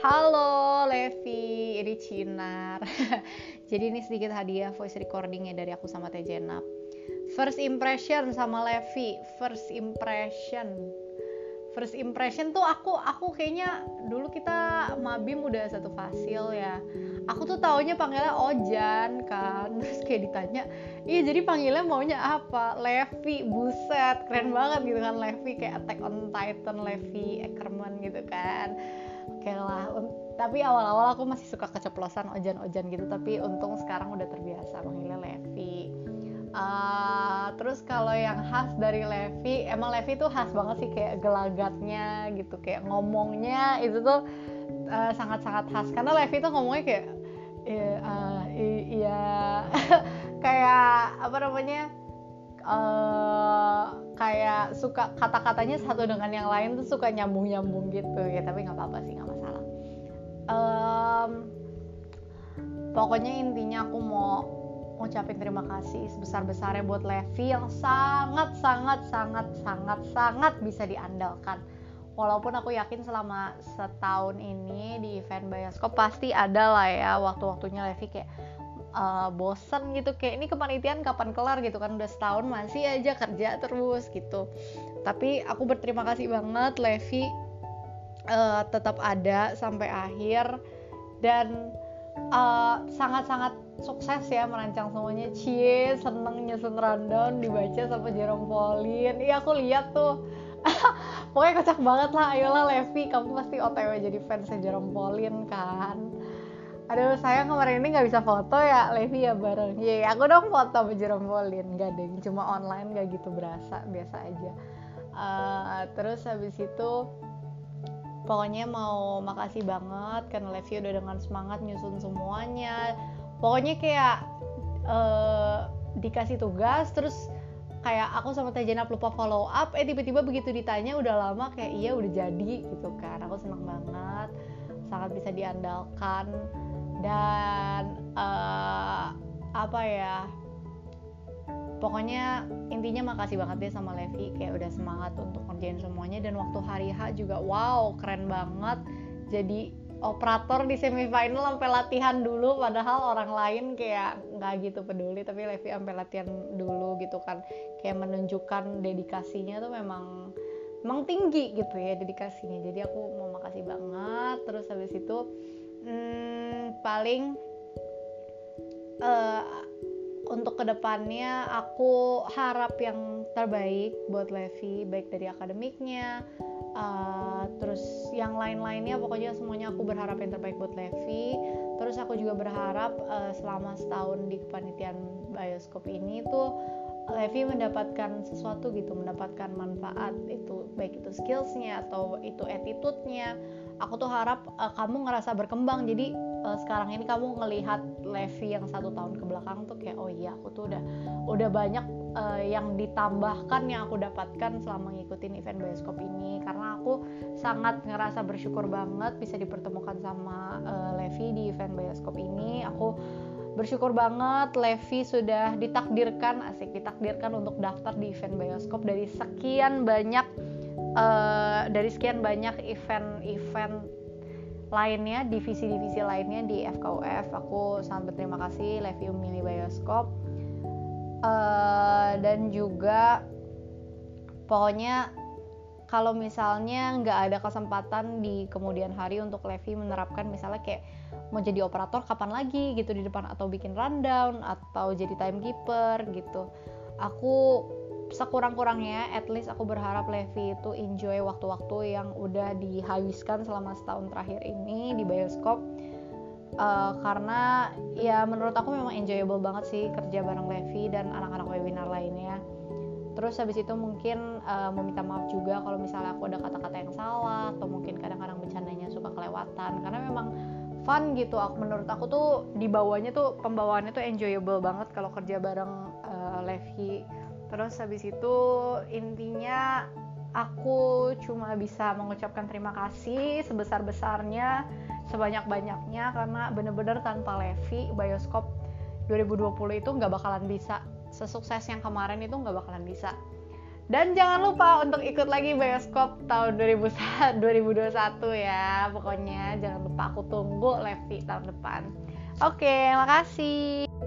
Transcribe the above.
Halo Levi, ini Cinar. Jadi ini sedikit hadiah voice recordingnya dari aku sama Teh Jenap. First impression sama Levi, First impression tuh aku kayaknya dulu kita mabim udah satu fasil ya. Aku tuh taunya panggilnya Ojan kan. Terus kayak ditanya, iya jadi panggilnya maunya apa? Levi, buset, keren banget gitu kan Levi, kayak Attack on Titan Levi Ackerman gitu kan. Oke lah, tapi awal-awal aku masih suka keceplosan Ojan gitu, tapi untung sekarang udah terbiasa manggilnya Levi. Terus kalau yang khas dari Levi, emang Levi tuh khas banget sih, kayak gelagatnya gitu, kayak ngomongnya itu tuh sangat-sangat khas, karena Levi tuh ngomongnya kayak iya kayak apa namanya, kayak suka kata-katanya satu dengan yang lain tuh suka nyambung gitu ya, tapi nggak apa-apa sih, nggak masalah. Pokoknya intinya aku mau ngucapin terima kasih sebesar-besarnya buat Levi yang sangat bisa diandalkan. Walaupun aku yakin selama setahun ini di event bioskop pasti ada lah ya waktu-waktunya Levi kayak bosen gitu, kayak ini kepanitiaan kapan kelar gitu kan, udah setahun masih aja kerja terus gitu. Tapi aku berterima kasih banget Levi tetap ada sampai akhir dan sangat-sangat sukses ya merancang semuanya. Cie, seneng nyusun rundown dibaca sama Jerome Pauline. Iya aku lihat tuh. Pokoknya kocak banget lah. Ayolah Levi, kamu pasti OTW jadi fansnya Jerome Pauline kan. Aduh sayang kemarin ini gak bisa foto ya Levi ya bareng. Yeay, aku dong foto sama Jerome Pauline. Gak deh, cuma online gak gitu berasa, biasa aja. Terus habis itu pokoknya mau makasih banget karena Levi udah dengan semangat nyusun semuanya. Pokoknya kayak dikasih tugas terus kayak aku sama Teh Jenap lupa follow up, tiba-tiba begitu ditanya udah lama kayak iya udah jadi gitu kan. Aku seneng banget, sangat bisa diandalkan dan apa ya, pokoknya intinya makasih banget deh sama Levi, kayak udah semangat untuk ngerjain semuanya. Dan waktu hari H juga wow keren banget, jadi operator di semifinal sampai latihan dulu, padahal orang lain kayak nggak gitu peduli, tapi Levi sampai latihan dulu gitu kan, kayak menunjukkan dedikasinya tuh memang tinggi gitu ya dedikasinya. Jadi aku mau makasih banget. Terus habis itu paling untuk kedepannya aku harap yang terbaik buat Levi, baik dari akademiknya, terus yang lain-lainnya, pokoknya semuanya aku berharap yang terbaik buat Levi. Terus aku juga berharap selama setahun di kepanitiaan bioskop ini tuh Levi mendapatkan sesuatu gitu, mendapatkan manfaat, itu baik itu skillsnya atau itu attitude-nya. Aku tuh harap kamu ngerasa berkembang. Jadi sekarang ini kamu ngelihat Levi yang 1 tahun ke belakang tuh kayak oh iya aku tuh udah banyak yang ditambahkan yang aku dapatkan selama ngikutin event bioskop ini. Karena aku sangat ngerasa bersyukur banget bisa dipertemukan sama Levi di event bioskop ini. Aku bersyukur banget Levi sudah ditakdirkan untuk daftar di event bioskop dari sekian banyak event lainnya, divisi-divisi lainnya di FKUF. Aku sangat berterima kasih Levi memilih bioskop. Dan juga pokoknya kalau misalnya nggak ada kesempatan di kemudian hari untuk Levi menerapkan misalnya kayak mau jadi operator kapan lagi gitu di depan, atau bikin rundown, atau jadi timekeeper gitu, aku sekurang-kurangnya at least aku berharap Levi itu enjoy waktu-waktu yang udah dihabiskan selama setahun terakhir ini di bioskop. Karena ya menurut aku memang enjoyable banget sih kerja bareng Levi dan anak-anak webinar lainnya. Terus habis itu mungkin mau minta maaf juga kalau misalnya aku ada kata-kata yang salah, atau mungkin kadang-kadang bercandanya suka kelewatan, karena memang fun gitu. Menurut aku tuh pembawaannya tuh enjoyable banget kalau kerja bareng Levi. Terus habis itu intinya aku cuma bisa mengucapkan terima kasih sebesar-besarnya, sebanyak-banyaknya, karena bener-bener tanpa Levi bioskop 2020 itu nggak bakalan bisa sesukses yang kemarin, itu nggak bakalan bisa. Dan jangan lupa untuk ikut lagi bioskop tahun 2021 ya. Pokoknya jangan lupa, aku tunggu Levi tahun depan. Oke, makasih.